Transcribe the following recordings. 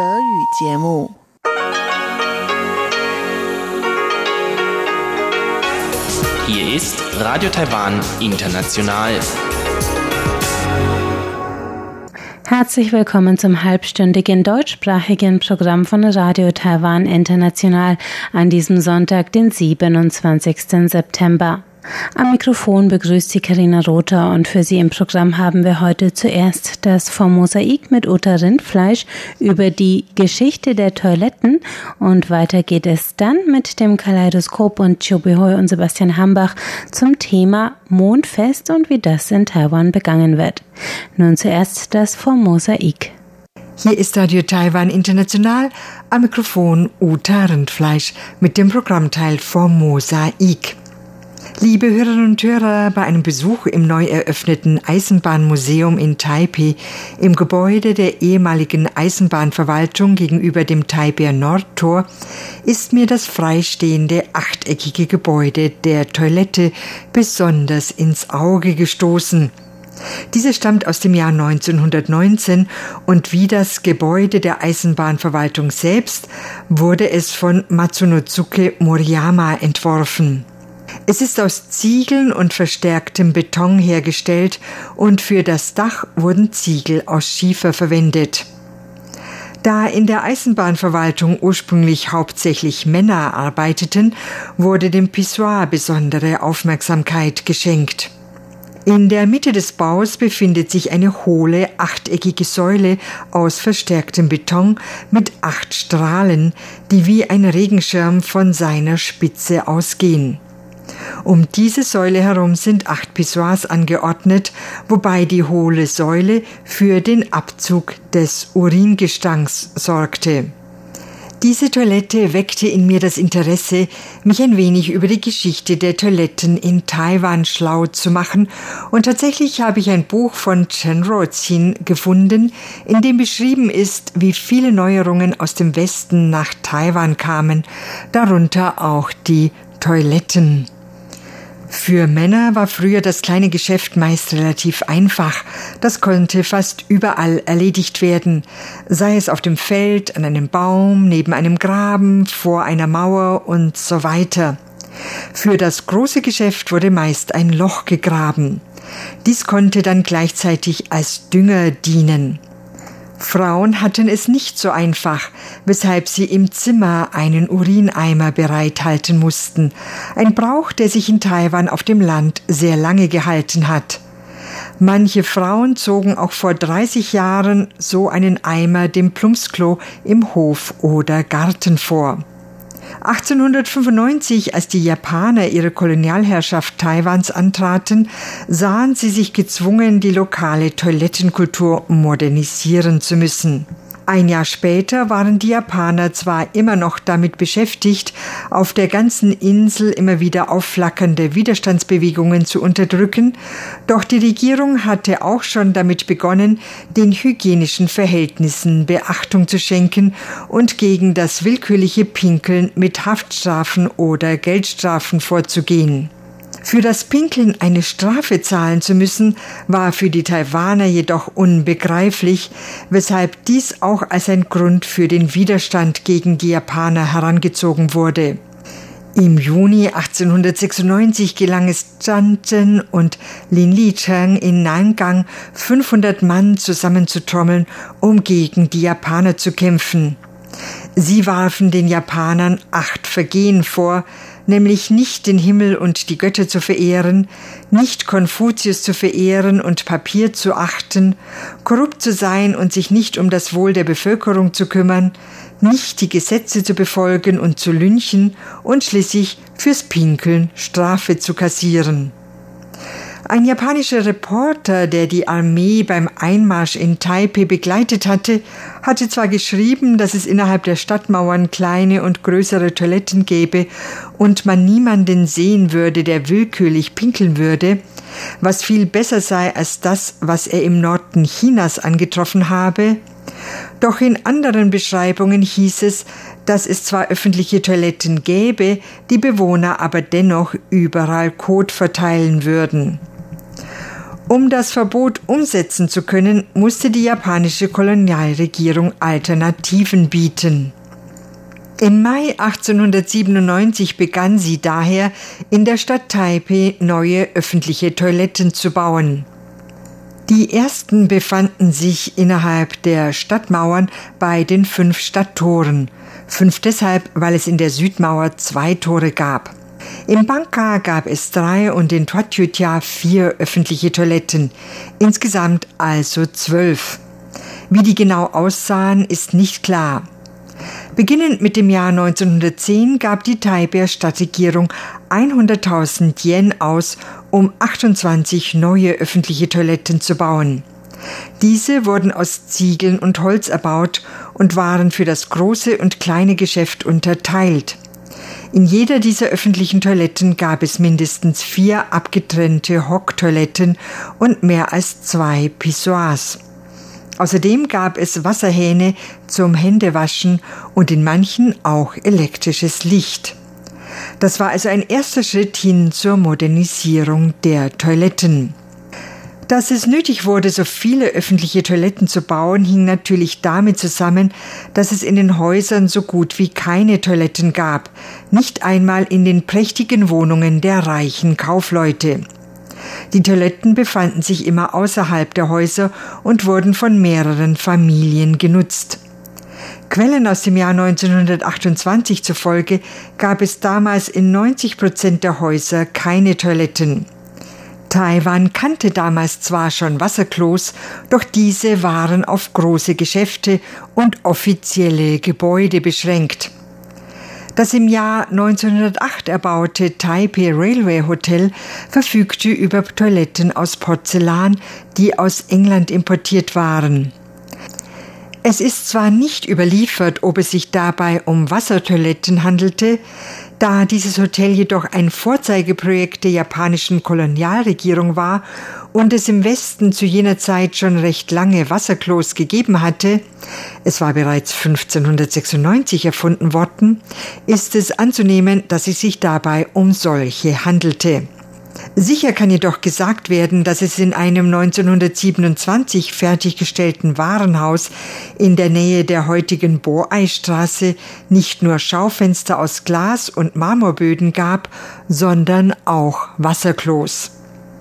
Hier ist Radio Taiwan International. Herzlich willkommen zum halbstündigen deutschsprachigen Programm von Radio Taiwan International an diesem Sonntag, den 27. September. Am Mikrofon begrüßt Sie Carina Rother und für Sie im Programm haben wir heute zuerst das vom Mosaik mit Uta Rindfleisch über die Geschichte der Toiletten und weiter geht es dann mit dem Kaleidoskop und Chobihoy und Sebastian Hambach zum Thema Mondfest und wie das in Taiwan begangen wird. Nun zuerst das vom Mosaik. Hier ist Radio Taiwan International, am Mikrofon Uta Rindfleisch mit dem Programmteil vom Mosaik. Liebe Hörerinnen und Hörer, bei einem Besuch im neu eröffneten Eisenbahnmuseum in Taipei, im Gebäude der ehemaligen Eisenbahnverwaltung gegenüber dem Taipeier Nordtor, ist mir das freistehende achteckige Gebäude der Toilette besonders ins Auge gestoßen. Diese stammt aus dem Jahr 1919 und wie das Gebäude der Eisenbahnverwaltung selbst wurde es von Matsunosuke Moriyama entworfen. Es ist aus Ziegeln und verstärktem Beton hergestellt und für das Dach wurden Ziegel aus Schiefer verwendet. Da in der Eisenbahnverwaltung ursprünglich hauptsächlich Männer arbeiteten, wurde dem Pissoir besondere Aufmerksamkeit geschenkt. In der Mitte des Baus befindet sich eine hohle, achteckige Säule aus verstärktem Beton mit 8 Strahlen, die wie ein Regenschirm von seiner Spitze ausgehen. Um diese Säule herum sind 8 Pissoirs angeordnet, wobei die hohle Säule für den Abzug des Uringestanks sorgte. Diese Toilette weckte in mir das Interesse, mich ein wenig über die Geschichte der Toiletten in Taiwan schlau zu machen, und tatsächlich habe ich ein Buch von Chen Ruoqin gefunden, in dem beschrieben ist, wie viele Neuerungen aus dem Westen nach Taiwan kamen, darunter auch die Toiletten. Für Männer war früher das kleine Geschäft meist relativ einfach. Das konnte fast überall erledigt werden, sei es auf dem Feld, an einem Baum, neben einem Graben, vor einer Mauer und so weiter. Für das große Geschäft wurde meist ein Loch gegraben. Dies konnte dann gleichzeitig als Dünger dienen. Frauen hatten es nicht so einfach, weshalb sie im Zimmer einen Urineimer bereithalten mussten. Ein Brauch, der sich in Taiwan auf dem Land sehr lange gehalten hat. Manche Frauen zogen auch vor 30 Jahren so einen Eimer dem Plumpsklo im Hof oder Garten vor. 1895, als die Japaner ihre Kolonialherrschaft Taiwans antraten, sahen sie sich gezwungen, die lokale Toilettenkultur modernisieren zu müssen. Ein Jahr später waren die Japaner zwar immer noch damit beschäftigt, auf der ganzen Insel immer wieder aufflackernde Widerstandsbewegungen zu unterdrücken, doch die Regierung hatte auch schon damit begonnen, den hygienischen Verhältnissen Beachtung zu schenken und gegen das willkürliche Pinkeln mit Haftstrafen oder Geldstrafen vorzugehen. Für das Pinkeln eine Strafe zahlen zu müssen, war für die Taiwaner jedoch unbegreiflich, weshalb dies auch als ein Grund für den Widerstand gegen die Japaner herangezogen wurde. Im Juni 1896 gelang es Zhang Zhen und Lin Licheng in Nangang, 500 Mann zusammenzutrommeln, um gegen die Japaner zu kämpfen. Sie warfen den Japanern 8 Vergehen vor, nämlich nicht den Himmel und die Götter zu verehren, nicht Konfuzius zu verehren und Papier zu achten, korrupt zu sein und sich nicht um das Wohl der Bevölkerung zu kümmern, nicht die Gesetze zu befolgen und zu lynchen und schließlich fürs Pinkeln Strafe zu kassieren. Ein japanischer Reporter, der die Armee beim Einmarsch in Taipei begleitet hatte zwar geschrieben, dass es innerhalb der Stadtmauern kleine und größere Toiletten gäbe und man niemanden sehen würde, der willkürlich pinkeln würde, was viel besser sei als das, was er im Norden Chinas angetroffen habe. Doch in anderen Beschreibungen hieß es, dass es zwar öffentliche Toiletten gäbe, die Bewohner aber dennoch überall Kot verteilen würden. Um das Verbot umsetzen zu können, musste die japanische Kolonialregierung Alternativen bieten. Im Mai 1897 begann sie daher, in der Stadt Taipeh neue öffentliche Toiletten zu bauen. Die ersten befanden sich innerhalb der Stadtmauern bei den 5 Stadttoren. 5 deshalb, weil es in der Südmauer 2 Tore gab. In Bangka gab es 3 und in Twatjutja 4 öffentliche Toiletten. Insgesamt also 12. Wie die genau aussahen, ist nicht klar. Beginnend mit dem Jahr 1910 gab die Taipeher Stadtregierung 100.000 Yen aus, um 28 neue öffentliche Toiletten zu bauen. Diese wurden aus Ziegeln und Holz erbaut und waren für das große und kleine Geschäft unterteilt. In jeder dieser öffentlichen Toiletten gab es mindestens 4 abgetrennte Hocktoiletten und mehr als 2 Pissoirs. Außerdem gab es Wasserhähne zum Händewaschen und in manchen auch elektrisches Licht. Das war also ein erster Schritt hin zur Modernisierung der Toiletten. Dass es nötig wurde, so viele öffentliche Toiletten zu bauen, hing natürlich damit zusammen, dass es in den Häusern so gut wie keine Toiletten gab, nicht einmal in den prächtigen Wohnungen der reichen Kaufleute. Die Toiletten befanden sich immer außerhalb der Häuser und wurden von mehreren Familien genutzt. Quellen aus dem Jahr 1928 zufolge gab es damals in 90% der Häuser keine Toiletten. Taiwan kannte damals zwar schon Wasserklos, doch diese waren auf große Geschäfte und offizielle Gebäude beschränkt. Das im Jahr 1908 erbaute Taipei Railway Hotel verfügte über Toiletten aus Porzellan, die aus England importiert waren. Es ist zwar nicht überliefert, ob es sich dabei um Wassertoiletten handelte, da dieses Hotel jedoch ein Vorzeigeprojekt der japanischen Kolonialregierung war und es im Westen zu jener Zeit schon recht lange Wasserklos gegeben hatte, es war bereits 1596 erfunden worden, ist es anzunehmen, dass es sich dabei um solche handelte. Sicher kann jedoch gesagt werden, dass es in einem 1927 fertiggestellten Warenhaus in der Nähe der heutigen Bo-Ai-Straße nicht nur Schaufenster aus Glas und Marmorböden gab, sondern auch Wasserklos.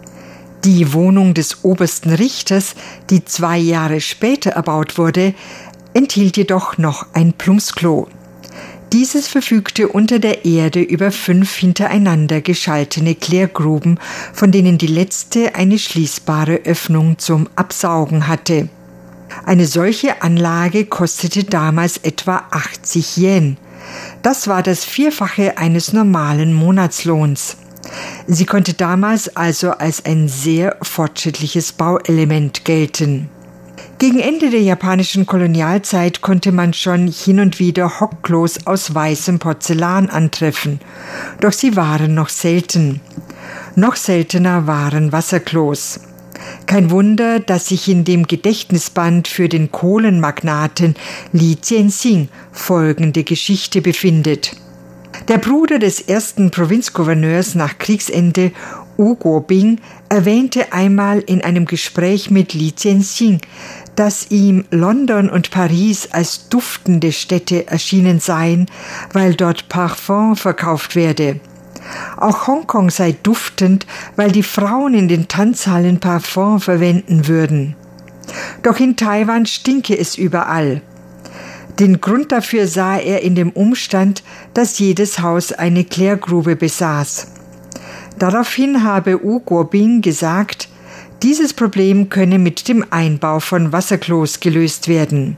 Die Wohnung des obersten Richters, die 2 Jahre später erbaut wurde, enthielt jedoch noch ein Plumpsklo. Dieses verfügte unter der Erde über 5 hintereinander geschaltene Klärgruben, von denen die letzte eine schließbare Öffnung zum Absaugen hatte. Eine solche Anlage kostete damals etwa 80 Yen. Das war das 4-fache eines normalen Monatslohns. Sie konnte damals also als ein sehr fortschrittliches Bauelement gelten. Gegen Ende der japanischen Kolonialzeit konnte man schon hin und wieder Hockklos aus weißem Porzellan antreffen, doch sie waren noch selten. Noch seltener waren Wasserklos. Kein Wunder, dass sich in dem Gedächtnisband für den Kohlenmagnaten Li Jianxing folgende Geschichte befindet. Der Bruder des ersten Provinzgouverneurs nach Kriegsende, U Guobing, erwähnte einmal in einem Gespräch mit Li Jianxing, dass ihm London und Paris als duftende Städte erschienen seien, weil dort Parfum verkauft werde. Auch Hongkong sei duftend, weil die Frauen in den Tanzhallen Parfum verwenden würden. Doch in Taiwan stinke es überall. Den Grund dafür sah er in dem Umstand, dass jedes Haus eine Klärgrube besaß. Daraufhin habe U Guobing gesagt, dieses Problem könne mit dem Einbau von Wasserklos gelöst werden.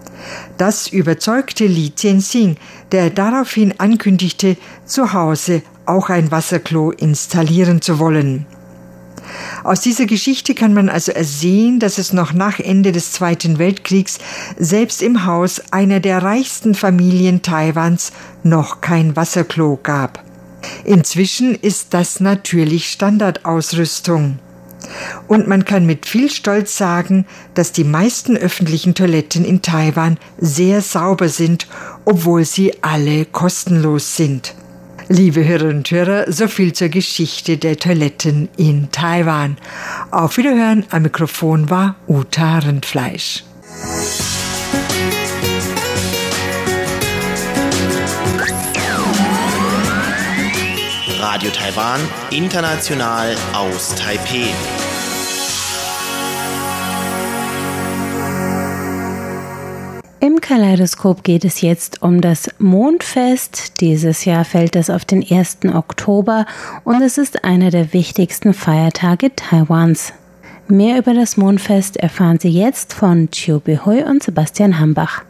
Das überzeugte Li Jianxing, der daraufhin ankündigte, zu Hause auch ein Wasserklo installieren zu wollen. Aus dieser Geschichte kann man also ersehen, dass es noch nach Ende des Zweiten Weltkriegs selbst im Haus einer der reichsten Familien Taiwans noch kein Wasserklo gab. Inzwischen ist das natürlich Standardausrüstung. Und man kann mit viel Stolz sagen, dass die meisten öffentlichen Toiletten in Taiwan sehr sauber sind, obwohl sie alle kostenlos sind. Liebe Hörerinnen und Hörer, so viel zur Geschichte der Toiletten in Taiwan. Auf Wiederhören, am Mikrofon war Uta Rindfleisch. Radio Taiwan, international aus Taipeh. Im Kaleidoskop geht es jetzt um das Mondfest. Dieses Jahr fällt es auf den 1. Oktober und es ist einer der wichtigsten Feiertage Taiwans. Mehr über das Mondfest erfahren Sie jetzt von Chiu Behui und Sebastian Hambach.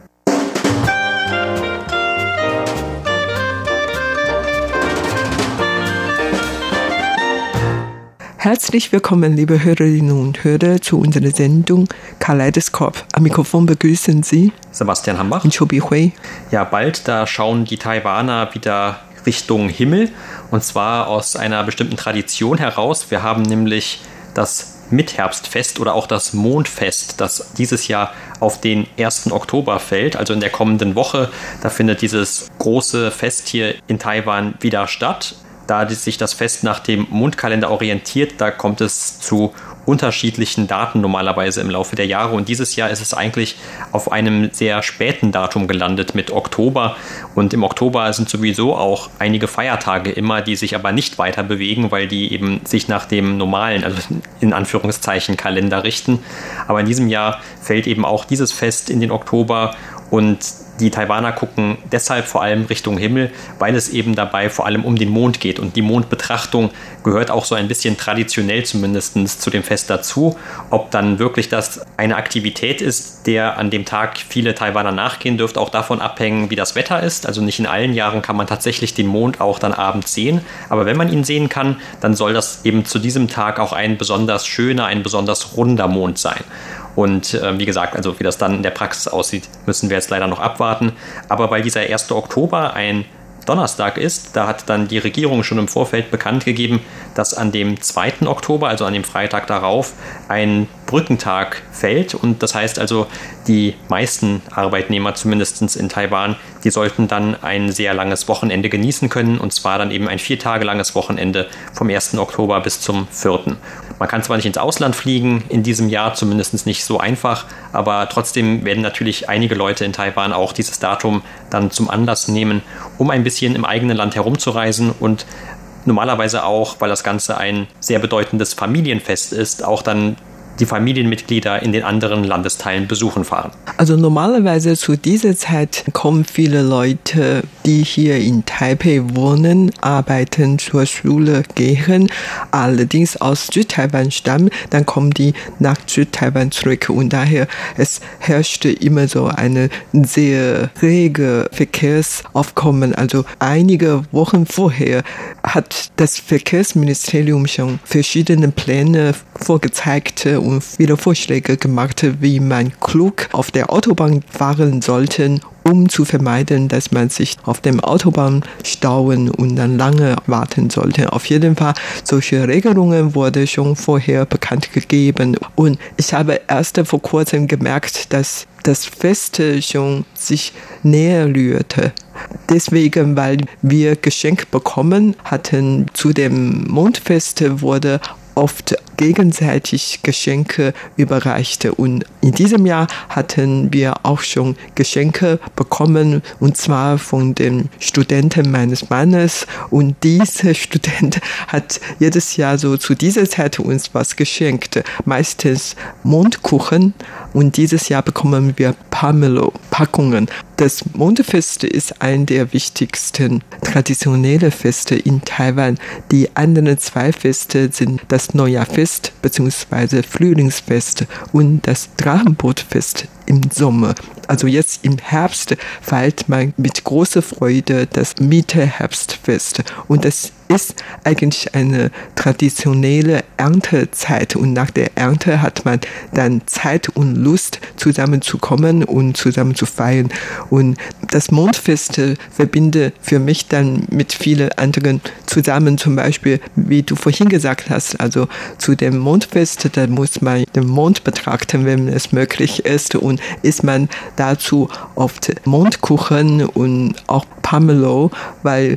Herzlich willkommen, liebe Hörerinnen und Hörer, zu unserer Sendung Kaleidoskop. Am Mikrofon begrüßen Sie Sebastian Hambach und Chiu Behui. Ja, bald, da schauen die Taiwaner wieder Richtung Himmel und zwar aus einer bestimmten Tradition heraus. Wir haben nämlich das Mitherbstfest oder auch das Mondfest, das dieses Jahr auf den 1. Oktober fällt, also in der kommenden Woche. Da findet dieses große Fest hier in Taiwan wieder statt. Da sich das Fest nach dem Mondkalender orientiert, da kommt es zu unterschiedlichen Daten normalerweise im Laufe der Jahre. Und dieses Jahr ist es eigentlich auf einem sehr späten Datum gelandet mit Oktober. Und im Oktober sind sowieso auch einige Feiertage immer, die sich aber nicht weiter bewegen, weil die eben sich nach dem normalen, also in Anführungszeichen, Kalender richten. Aber in diesem Jahr fällt eben auch dieses Fest in den Oktober und die Taiwaner gucken deshalb vor allem Richtung Himmel, weil es eben dabei vor allem um den Mond geht. Und die Mondbetrachtung gehört auch so ein bisschen traditionell zumindest zu dem Fest dazu. Ob dann wirklich das eine Aktivität ist, der an dem Tag viele Taiwaner nachgehen, dürfte auch davon abhängen, wie das Wetter ist. Also nicht in allen Jahren kann man tatsächlich den Mond auch dann abends sehen. Aber wenn man ihn sehen kann, dann soll das eben zu diesem Tag auch ein besonders schöner, ein besonders runder Mond sein. Und wie gesagt, also wie das dann in der Praxis aussieht, müssen wir jetzt leider noch abwarten. Aber weil dieser 1. Oktober ein Donnerstag ist, da hat dann die Regierung schon im Vorfeld bekannt gegeben, dass an dem 2. Oktober, also an dem Freitag darauf, ein Brückentag fällt. Und das heißt also, die meisten Arbeitnehmer, zumindest in Taiwan, die sollten dann ein sehr langes Wochenende genießen können. Und zwar dann eben ein 4 Tage langes Wochenende vom 1. Oktober bis zum 4. Man kann zwar nicht ins Ausland fliegen in diesem Jahr, zumindest nicht so einfach, aber trotzdem werden natürlich einige Leute in Taiwan auch dieses Datum dann zum Anlass nehmen, um ein bisschen im eigenen Land herumzureisen und normalerweise auch, weil das Ganze ein sehr bedeutendes Familienfest ist, auch dann die Familienmitglieder in den anderen Landesteilen besuchen fahren. Also normalerweise zu dieser Zeit kommen viele Leute, die hier in Taipei wohnen, arbeiten, zur Schule gehen, allerdings aus Südtaiwan stammen, dann kommen die nach Südtaiwan zurück und daher es herrschte immer so eine sehr rege Verkehrsaufkommen. Also einige Wochen vorher hat das Verkehrsministerium schon verschiedene Pläne vorgezeigt und wieder Vorschläge gemacht, wie man klug auf der Autobahn fahren sollte, um zu vermeiden, dass man sich auf dem Autobahn stauen und dann lange warten sollte. Auf jeden Fall, solche Regelungen wurden schon vorher bekannt gegeben. Und ich habe erst vor kurzem gemerkt, dass das Fest schon sich näher rührte. Deswegen, weil wir Geschenk bekommen hatten, zu dem Mondfest wurde oft gegenseitig Geschenke überreicht. Und in diesem Jahr hatten wir auch schon Geschenke bekommen, und zwar von den Studenten meines Mannes. Und dieser Student hat jedes Jahr so zu dieser Zeit uns was geschenkt. Meistens Mondkuchen. Und dieses Jahr bekommen wir Pomelo-Packungen. Das Mondfest ist ein der wichtigsten traditionellen Feste in Taiwan. Die anderen 2 Feste sind das Neujahrfest bzw. Frühlingsfest und das Drachenbootfest im Sommer. Also jetzt im Herbst feiert man mit großer Freude das Mitte-Herbstfest. Und das ist eigentlich eine traditionelle Erntezeit. Und nach der Ernte hat man dann Zeit und Lust, zusammenzukommen und zusammen zu feiern. Und das Mondfest verbinde für mich dann mit vielen anderen zusammen. Zum Beispiel, wie du vorhin gesagt hast, also zu dem Mondfest, da muss man den Mond betrachten, wenn es möglich ist. Und isst man dazu oft Mondkuchen und auch Pomelo, weil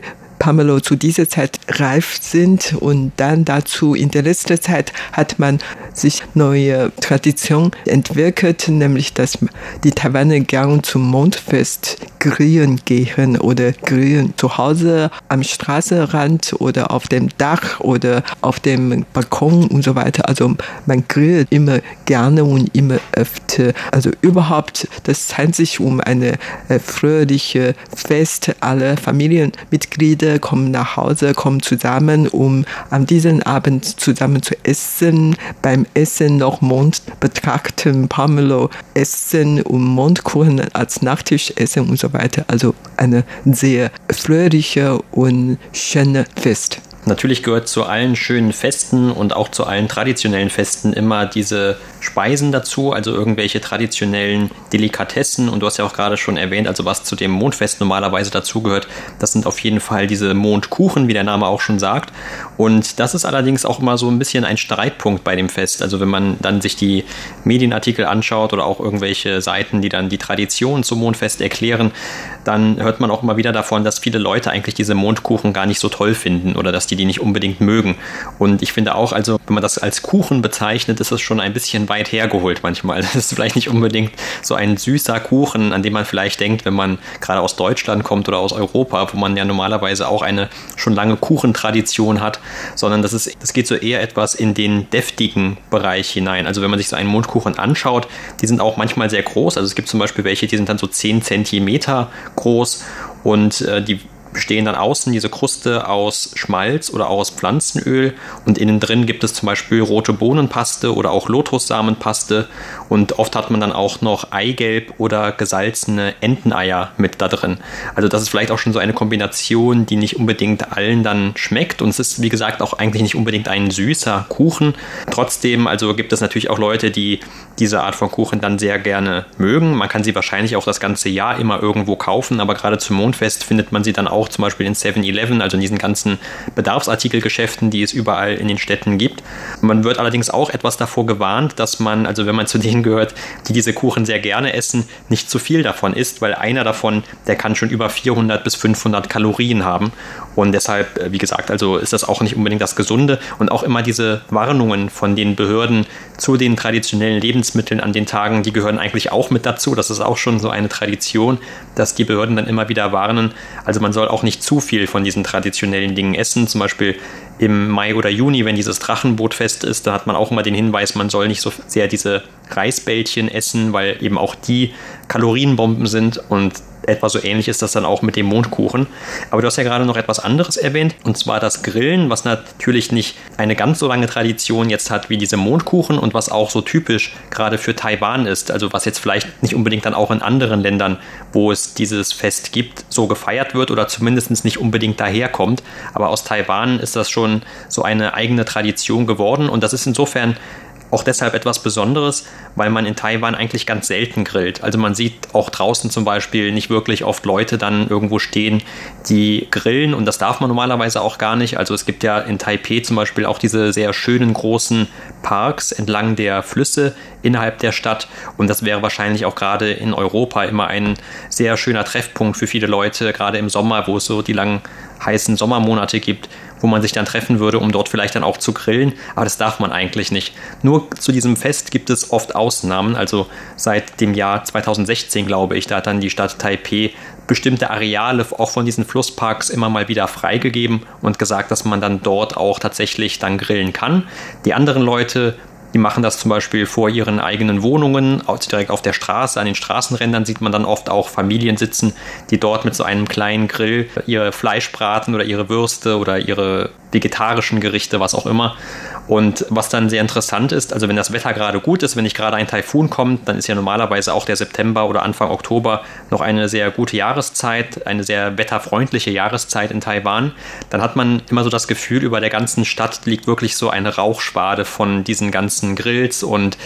Pomelo zu dieser Zeit reif sind. Und dann dazu in der letzten Zeit hat man sich neue Tradition entwickelt, nämlich dass die Taiwaner gern zum Mondfest grillen gehen oder grillen zu Hause am Straßenrand oder auf dem Dach oder auf dem Balkon und so weiter. Also man grillt immer gerne und immer öfter. Also überhaupt, das handelt sich um eine fröhliche Fest. Alle Familienmitglieder kommen nach Hause, kommen zusammen, um an diesem Abend zusammen zu essen. Beim Essen noch Mond betrachten, Pomelo essen und Mondkuchen als Nachtisch essen und so weiter. Also eine sehr fröhliche und schöne Fest. Natürlich gehört zu allen schönen Festen und auch zu allen traditionellen Festen immer diese Speisen dazu, also irgendwelche traditionellen Delikatessen. Und du hast ja auch gerade schon erwähnt, also was zu dem Mondfest normalerweise dazugehört, das sind auf jeden Fall diese Mondkuchen, wie der Name auch schon sagt. Und das ist allerdings auch immer so ein bisschen ein Streitpunkt bei dem Fest. Also wenn man dann sich die Medienartikel anschaut oder auch irgendwelche Seiten, die dann die Tradition zum Mondfest erklären, dann hört man auch immer wieder davon, dass viele Leute eigentlich diese Mondkuchen gar nicht so toll finden oder dass die nicht unbedingt mögen. Und ich finde auch, also wenn man das als Kuchen bezeichnet, ist das schon ein bisschen weit hergeholt manchmal. Das ist vielleicht nicht unbedingt so ein süßer Kuchen, an den man vielleicht denkt, wenn man gerade aus Deutschland kommt oder aus Europa, wo man ja normalerweise auch eine schon lange Kuchentradition hat, sondern das geht so eher etwas in den deftigen Bereich hinein. Also wenn man sich so einen Mondkuchen anschaut, die sind auch manchmal sehr groß. Also es gibt zum Beispiel welche, die sind dann so 10 Zentimeter groß und die bestehen dann außen diese Kruste aus Schmalz oder aus Pflanzenöl und innen drin gibt es zum Beispiel rote Bohnenpaste oder auch Lotussamenpaste und oft hat man dann auch noch Eigelb oder gesalzene Enteneier mit da drin. Also das ist vielleicht auch schon so eine Kombination, die nicht unbedingt allen dann schmeckt und es ist wie gesagt auch eigentlich nicht unbedingt ein süßer Kuchen. Trotzdem also gibt es natürlich auch Leute, die diese Art von Kuchen dann sehr gerne mögen. Man kann sie wahrscheinlich auch das ganze Jahr immer irgendwo kaufen, aber gerade zum Mondfest findet man sie dann auch zum Beispiel in 7-Eleven, also in diesen ganzen Bedarfsartikelgeschäften, die es überall in den Städten gibt. Man wird allerdings auch etwas davor gewarnt, dass man, also wenn man zu denen gehört, die diese Kuchen sehr gerne essen, nicht zu viel davon isst, weil einer davon, der kann schon über 400 bis 500 Kalorien haben und deshalb, wie gesagt, also ist das auch nicht unbedingt das Gesunde und auch immer diese Warnungen von den Behörden zu den traditionellen Lebensmitteln an den Tagen, die gehören eigentlich auch mit dazu. Das ist auch schon so eine Tradition, dass die Behörden dann immer wieder warnen. Also man soll auch nicht zu viel von diesen traditionellen Dingen essen. Zum Beispiel im Mai oder Juni, wenn dieses Drachenbootfest ist, da hat man auch immer den Hinweis, man soll nicht so sehr diese Reisbällchen essen, weil eben auch die Kalorienbomben sind und etwa so ähnlich ist das dann auch mit dem Mondkuchen. Aber du hast ja gerade noch etwas anderes erwähnt, und zwar das Grillen, was natürlich nicht eine ganz so lange Tradition jetzt hat wie diese Mondkuchen und was auch so typisch gerade für Taiwan ist. Also was jetzt vielleicht nicht unbedingt dann auch in anderen Ländern, wo es dieses Fest gibt, so gefeiert wird oder zumindest nicht unbedingt daherkommt. Aber aus Taiwan ist das schon so eine eigene Tradition geworden und das ist insofern auch deshalb etwas Besonderes, weil man in Taiwan eigentlich ganz selten grillt. Also man sieht auch draußen zum Beispiel nicht wirklich oft Leute dann irgendwo stehen, die grillen und das darf man normalerweise auch gar nicht. Also es gibt ja in Taipei zum Beispiel auch diese sehr schönen großen Parks entlang der Flüsse innerhalb der Stadt und das wäre wahrscheinlich auch gerade in Europa immer ein sehr schöner Treffpunkt für viele Leute, gerade im Sommer, wo es so die langen heißen Sommermonate gibt, wo man sich dann treffen würde, um dort vielleicht dann auch zu grillen. Aber das darf man eigentlich nicht. Nur zu diesem Fest gibt es oft Ausnahmen. Also seit dem Jahr 2016, glaube ich, da hat dann die Stadt Taipei bestimmte Areale auch von diesen Flussparks immer mal wieder freigegeben und gesagt, dass man dann dort auch tatsächlich dann grillen kann. Die anderen Leute, die machen das zum Beispiel vor ihren eigenen Wohnungen, direkt auf der Straße. An den Straßenrändern sieht man dann oft auch Familien sitzen, die dort mit so einem kleinen Grill ihr Fleisch braten oder ihre Würste oder ihre vegetarischen Gerichte, was auch immer. Und was dann sehr interessant ist, also wenn das Wetter gerade gut ist, wenn nicht gerade ein Taifun kommt, dann ist ja normalerweise auch der September oder Anfang Oktober noch eine sehr gute Jahreszeit, eine sehr wetterfreundliche Jahreszeit in Taiwan. Dann hat man immer so das Gefühl, über der ganzen Stadt liegt wirklich so eine Rauchschwade von diesen ganzen Grills und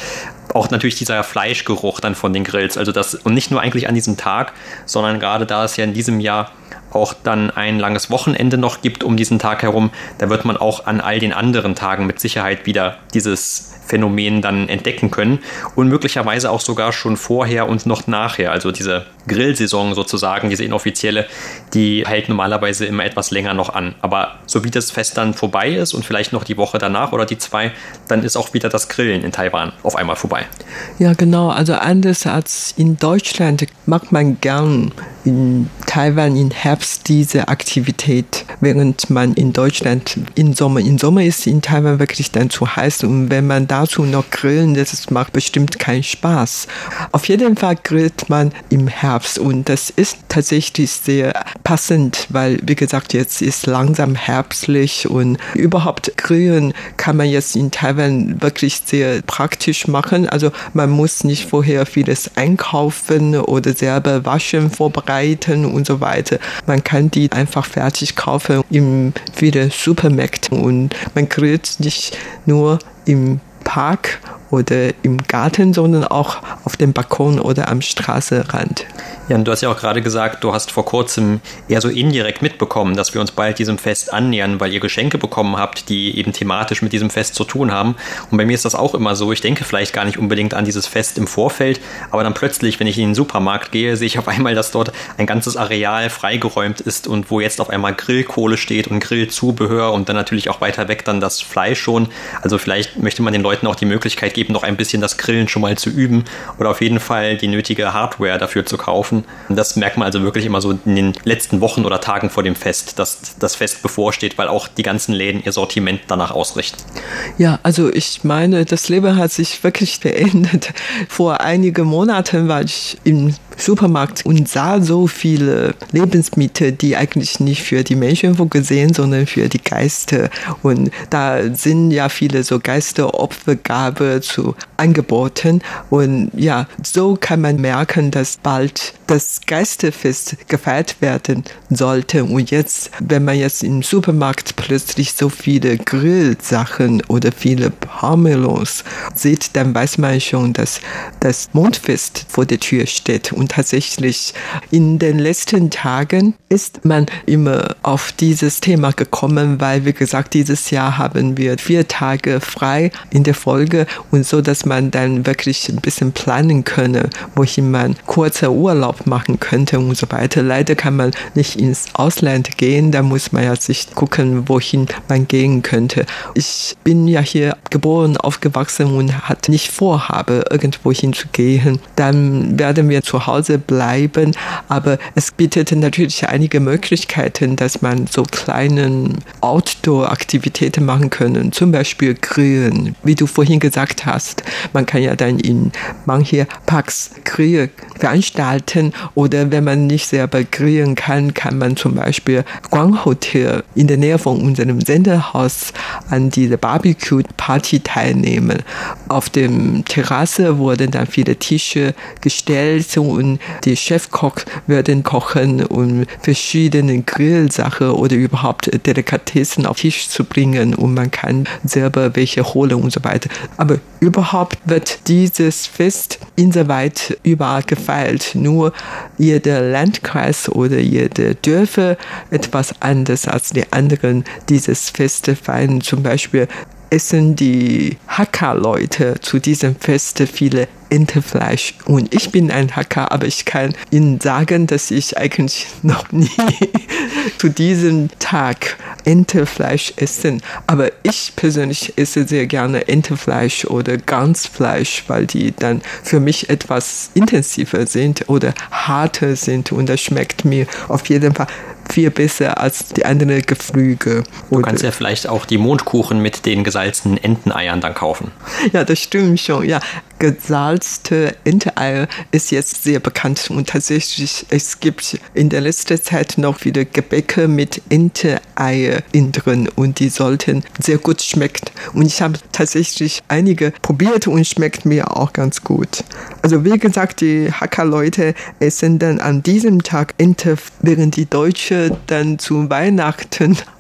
auch natürlich dieser Fleischgeruch dann von den Grills. Also das, und nicht nur eigentlich an diesem Tag, sondern gerade da es ja in diesem Jahr auch dann ein langes Wochenende noch gibt um diesen Tag herum, da wird man auch an all den anderen Tagen mit Sicherheit wieder dieses Phänomen dann entdecken können und möglicherweise auch sogar schon vorher und noch nachher. Also diese Grillsaison sozusagen, diese inoffizielle, die hält normalerweise immer etwas länger noch an. Aber so wie das Fest dann vorbei ist und vielleicht noch die Woche danach oder die 2, dann ist auch wieder das Grillen in Taiwan auf einmal vorbei. Ja, genau. Also anders als in Deutschland macht man gern in Taiwan im Herbst diese Aktivität, während man in Deutschland im Sommer ist in Taiwan wirklich dann zu heiß und wenn man dazu noch grillen, das macht bestimmt keinen Spaß. Auf jeden Fall grillt man im Herbst und das ist tatsächlich sehr passend, weil wie gesagt, jetzt ist langsam herbstlich und überhaupt grillen kann man jetzt in Taiwan wirklich sehr praktisch machen. Also man muss nicht vorher vieles einkaufen oder selber waschen, vorbereiten und so weiter. Man kann die einfach fertig kaufen in vielen Supermärkten und man grillt nicht nur im Park oder im Garten, sondern auch auf dem Balkon oder am Straßenrand. Jan, du hast ja auch gerade gesagt, du hast vor kurzem eher so indirekt mitbekommen, dass wir uns bald diesem Fest annähern, weil ihr Geschenke bekommen habt, die eben thematisch mit diesem Fest zu tun haben. Und bei mir ist das auch immer so. Ich denke vielleicht gar nicht unbedingt an dieses Fest im Vorfeld, aber dann plötzlich, wenn ich in den Supermarkt gehe, sehe ich auf einmal, dass dort ein ganzes Areal freigeräumt ist und wo jetzt auf einmal Grillkohle steht und Grillzubehör und dann natürlich auch weiter weg dann das Fleisch schon. Also vielleicht möchte man den Leuten auch die Möglichkeit geben, noch ein bisschen das Grillen schon mal zu üben oder auf jeden Fall die nötige Hardware dafür zu kaufen. Und das merkt man also wirklich immer so in den letzten Wochen oder Tagen vor dem Fest, dass das Fest bevorsteht, weil auch die ganzen Läden ihr Sortiment danach ausrichten. Ja, also ich meine, das Leben hat sich wirklich verändert. Vor einigen Monaten war ich im Supermarkt und sah so viele Lebensmittel, die eigentlich nicht für die Menschen vorgesehen, sondern für die Geister. Und da sind ja viele so Geisteropfergabe zu angeboten. Und ja, so kann man merken, dass bald das Geisterfest gefeiert werden sollte. Und jetzt, wenn man jetzt im Supermarkt plötzlich so viele Grillsachen oder viele Parmelos sieht, dann weiß man schon, dass das Mondfest vor der Tür steht. Und tatsächlich in den letzten Tagen ist man immer auf dieses Thema gekommen, weil, wie gesagt, dieses Jahr haben wir 4 Tage frei in der Folge und so, dass man dann wirklich ein bisschen planen könne, wohin man kurzer Urlaub machen könnte und so weiter. Leider kann man nicht ins Ausland gehen, da muss man ja sich gucken, wohin man gehen könnte. Ich bin ja hier geboren, aufgewachsen und hatte nicht vorhabe, irgendwo hinzugehen. Dann werden wir zu Hause bleiben, aber es bietet natürlich einige Möglichkeiten, dass man so kleine Outdoor-Aktivitäten machen können, zum Beispiel grillen, wie du vorhin gesagt hast. Man kann ja dann in manche Parks Grill veranstalten oder wenn man nicht selber grillen kann, kann man zum Beispiel Guang Hotel in der Nähe von unserem Sendehaus an dieser Barbecue-Party teilnehmen. Auf dem Terrasse wurden dann viele Tische gestellt und die Chefkoch werden kochen, um verschiedene Grillsachen oder überhaupt Delikatessen auf den Tisch zu bringen und man kann selber welche holen und so weiter. Aber überhaupt wird dieses Fest insoweit überall gefeiert. Nur jeder Landkreis oder jede Dörfer etwas anders als die anderen dieses Fest feiern. Zum Beispiel essen die Hakka-Leute zu diesem Fest viele Entefleisch. Und ich bin ein Hakka, aber ich kann Ihnen sagen, dass ich eigentlich noch nie zu diesem Tag Entefleisch essen. Aber ich persönlich esse sehr gerne Entefleisch oder Ganzfleisch, weil die dann für mich etwas intensiver sind oder harter sind und das schmeckt mir auf jeden Fall viel besser als die anderen Geflügel. Du kannst ja vielleicht auch die Mondkuchen mit den gesalzenen Enteneiern dann kaufen. Ja, das stimmt schon. Ja, gesalzte Enteneier ist jetzt sehr bekannt und tatsächlich, es gibt in der letzten Zeit noch wieder Gebäcke mit Enteneier drin und die sollten sehr gut schmecken. Und ich habe tatsächlich einige probiert und schmeckt mir auch ganz gut. Also wie gesagt, die Hakka-Leute essen dann an diesem Tag Ente, während die Deutschen dann zu Weihnachten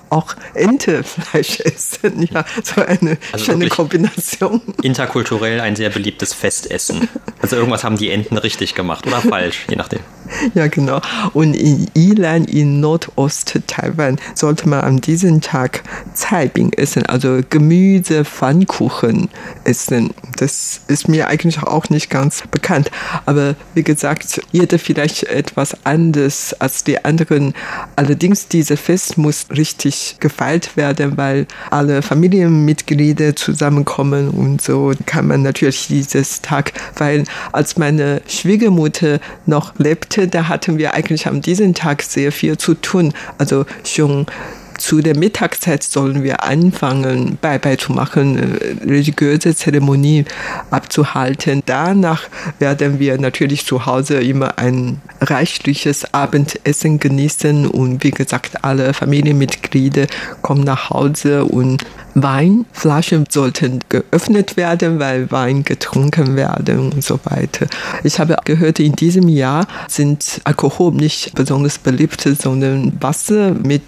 auch Entefleisch essen. Ja, so eine schöne Kombination. Interkulturell ein sehr beliebtes Festessen. Also irgendwas haben die Enten richtig gemacht oder falsch, je nachdem. Ja, genau. Und in Yilan, in Nordost-Taiwan, sollte man an diesem Tag Cai Bing essen, also Gemüse, Pfannkuchen essen. Das ist mir eigentlich auch nicht ganz bekannt. Aber wie gesagt, jeder vielleicht etwas anderes als die anderen. Allerdings, dieses Fest muss richtig gefeiert werden, weil alle Familienmitglieder zusammenkommen und so kann man natürlich dieses Tag feiern. Als meine Schwiegermutter noch lebte, da hatten wir eigentlich an diesem Tag sehr viel zu tun. Also schon zu der Mittagszeit sollen wir anfangen, Bai zu machen, religiöse Zeremonie abzuhalten. Danach werden wir natürlich zu Hause immer ein reichliches Abendessen genießen und wie gesagt, alle Familienmitglieder kommen nach Hause und Weinflaschen sollten geöffnet werden, weil Wein getrunken werden und so weiter. Ich habe gehört, in diesem Jahr sind Alkohol nicht besonders beliebt, sondern Wasser mit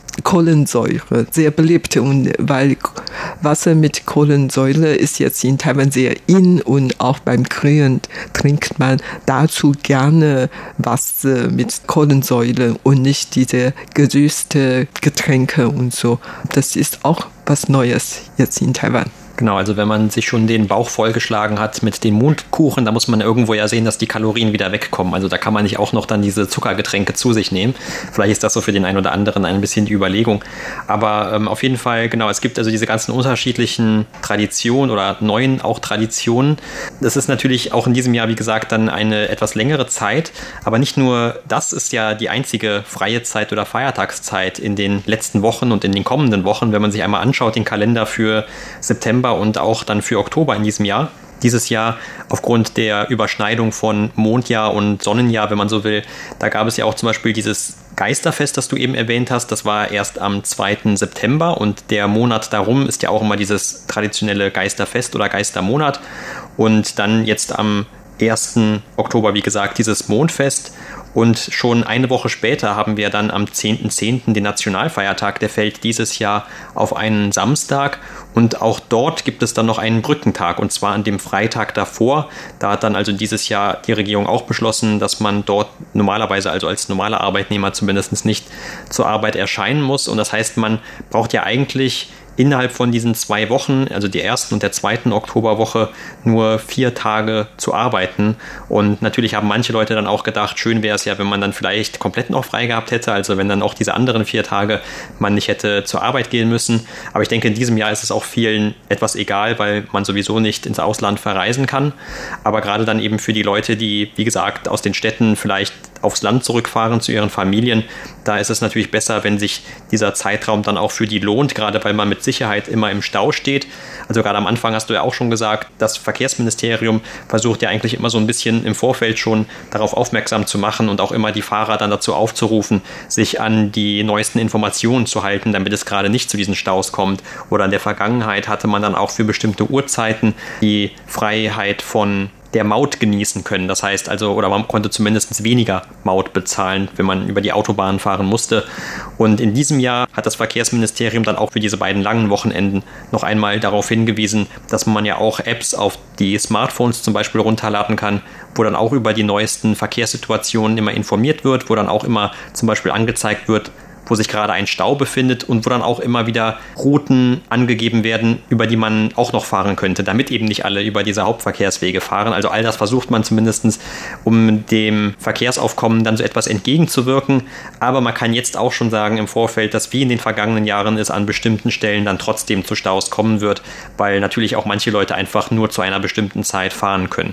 Kohlensäure sehr beliebt und weil Wasser mit Kohlensäure ist jetzt in Taiwan sehr in und auch beim Grillen trinkt man dazu gerne Wasser mit Kohlensäure und nicht diese gesüßte Getränke und so. Das ist auch was Neues jetzt in Taiwan. Genau, also wenn man sich schon den Bauch vollgeschlagen hat mit den Mondkuchen, da muss man irgendwo ja sehen, dass die Kalorien wieder wegkommen. Also da kann man nicht auch noch dann diese Zuckergetränke zu sich nehmen. Vielleicht ist das so für den einen oder anderen ein bisschen die Überlegung. Aber auf jeden Fall, genau, es gibt also diese ganzen unterschiedlichen Traditionen oder neuen auch Traditionen. Das ist natürlich auch in diesem Jahr, wie gesagt, dann eine etwas längere Zeit. Aber nicht nur das ist ja die einzige freie Zeit oder Feiertagszeit in den letzten Wochen und in den kommenden Wochen, wenn man sich einmal anschaut, den Kalender für September und auch dann für Oktober in diesem Jahr. Dieses Jahr aufgrund der Überschneidung von Mondjahr und Sonnenjahr, wenn man so will, da gab es ja auch zum Beispiel dieses Geisterfest, das du eben erwähnt hast. Das war erst am 2. September und der Monat darum ist ja auch immer dieses traditionelle Geisterfest oder Geistermonat. Und dann jetzt am 1. Oktober, wie gesagt, dieses Mondfest. Und schon eine Woche später haben wir dann am 10.10. den Nationalfeiertag, der fällt dieses Jahr auf einen Samstag. Und auch dort gibt es dann noch einen Brückentag, und zwar an dem Freitag davor. Da hat dann also dieses Jahr die Regierung auch beschlossen, dass man dort normalerweise, also als normaler Arbeitnehmer zumindest nicht zur Arbeit erscheinen muss. Und das heißt, man braucht ja eigentlich innerhalb von diesen 2 Wochen, also der 1. und der 2. Oktoberwoche, nur 4 Tage zu arbeiten. Und natürlich haben manche Leute dann auch gedacht, schön wäre es ja, wenn man dann vielleicht komplett noch frei gehabt hätte, also wenn dann auch diese anderen 4 Tage man nicht hätte zur Arbeit gehen müssen. Aber ich denke, in diesem Jahr ist es auch vielen etwas egal, weil man sowieso nicht ins Ausland verreisen kann. Aber gerade dann eben für die Leute, die, wie gesagt, aus den Städten vielleicht aufs Land zurückfahren zu ihren Familien, da ist es natürlich besser, wenn sich dieser Zeitraum dann auch für die lohnt, gerade weil man mit Sicherheit immer im Stau steht. Also gerade am Anfang hast du ja auch schon gesagt, das Verkehrsministerium versucht ja eigentlich immer so ein bisschen im Vorfeld schon darauf aufmerksam zu machen und auch immer die Fahrer dann dazu aufzurufen, sich an die neuesten Informationen zu halten, damit es gerade nicht zu diesen Staus kommt. Oder in der Vergangenheit hatte man dann auch für bestimmte Uhrzeiten die Freiheit von der Maut genießen können. Das heißt also, oder man konnte zumindest weniger Maut bezahlen, wenn man über die Autobahn fahren musste. Und in diesem Jahr hat das Verkehrsministerium dann auch für diese beiden langen Wochenenden noch einmal darauf hingewiesen, dass man ja auch Apps auf die Smartphones zum Beispiel runterladen kann, wo dann auch über die neuesten Verkehrssituationen immer informiert wird, wo dann auch immer zum Beispiel angezeigt wird, wo sich gerade ein Stau befindet und wo dann auch immer wieder Routen angegeben werden, über die man auch noch fahren könnte, damit eben nicht alle über diese Hauptverkehrswege fahren. Also all das versucht man zumindest, um dem Verkehrsaufkommen dann so etwas entgegenzuwirken. Aber man kann jetzt auch schon sagen im Vorfeld, dass wie in den vergangenen Jahren es an bestimmten Stellen dann trotzdem zu Staus kommen wird, weil natürlich auch manche Leute einfach nur zu einer bestimmten Zeit fahren können.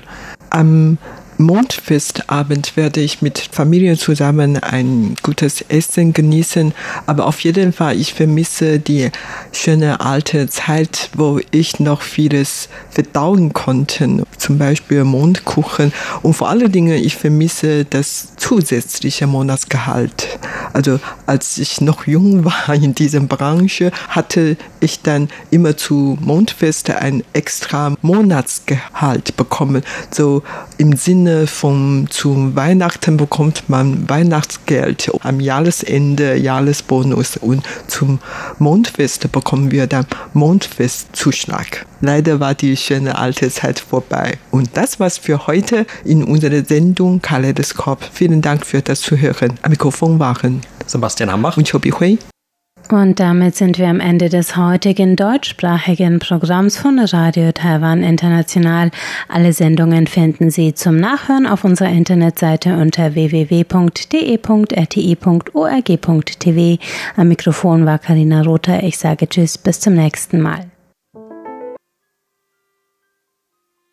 Am Mondfestabend werde ich mit Familie zusammen ein gutes Essen genießen, aber auf jeden Fall, ich vermisse die schöne alte Zeit, wo ich noch vieles verdauen konnte, zum Beispiel Mondkuchen, und vor allen Dingen, ich vermisse das zusätzliche Monatsgehalt. Also als ich noch jung war in dieser Branche, hatte ich dann immer zu Mondfeste ein extra Monatsgehalt bekommen. So im Sinne von zu Weihnachten bekommt man Weihnachtsgeld, am Jahresende Jahresbonus und zum Mondfest bekommen wir dann Mondfestzuschlag. Leider war die schöne alte Zeit vorbei. Und das war's für heute in unserer Sendung Kaleidoskop. Vielen Dank für das Zuhören. Am Mikrofon waren Sebastian Hambach und Chobi Hui. Und damit sind wir am Ende des heutigen deutschsprachigen Programms von Radio Taiwan International. Alle Sendungen finden Sie zum Nachhören auf unserer Internetseite unter www.de.rti.org.tv. Am Mikrofon war Carina Rother. Ich sage Tschüss, bis zum nächsten Mal.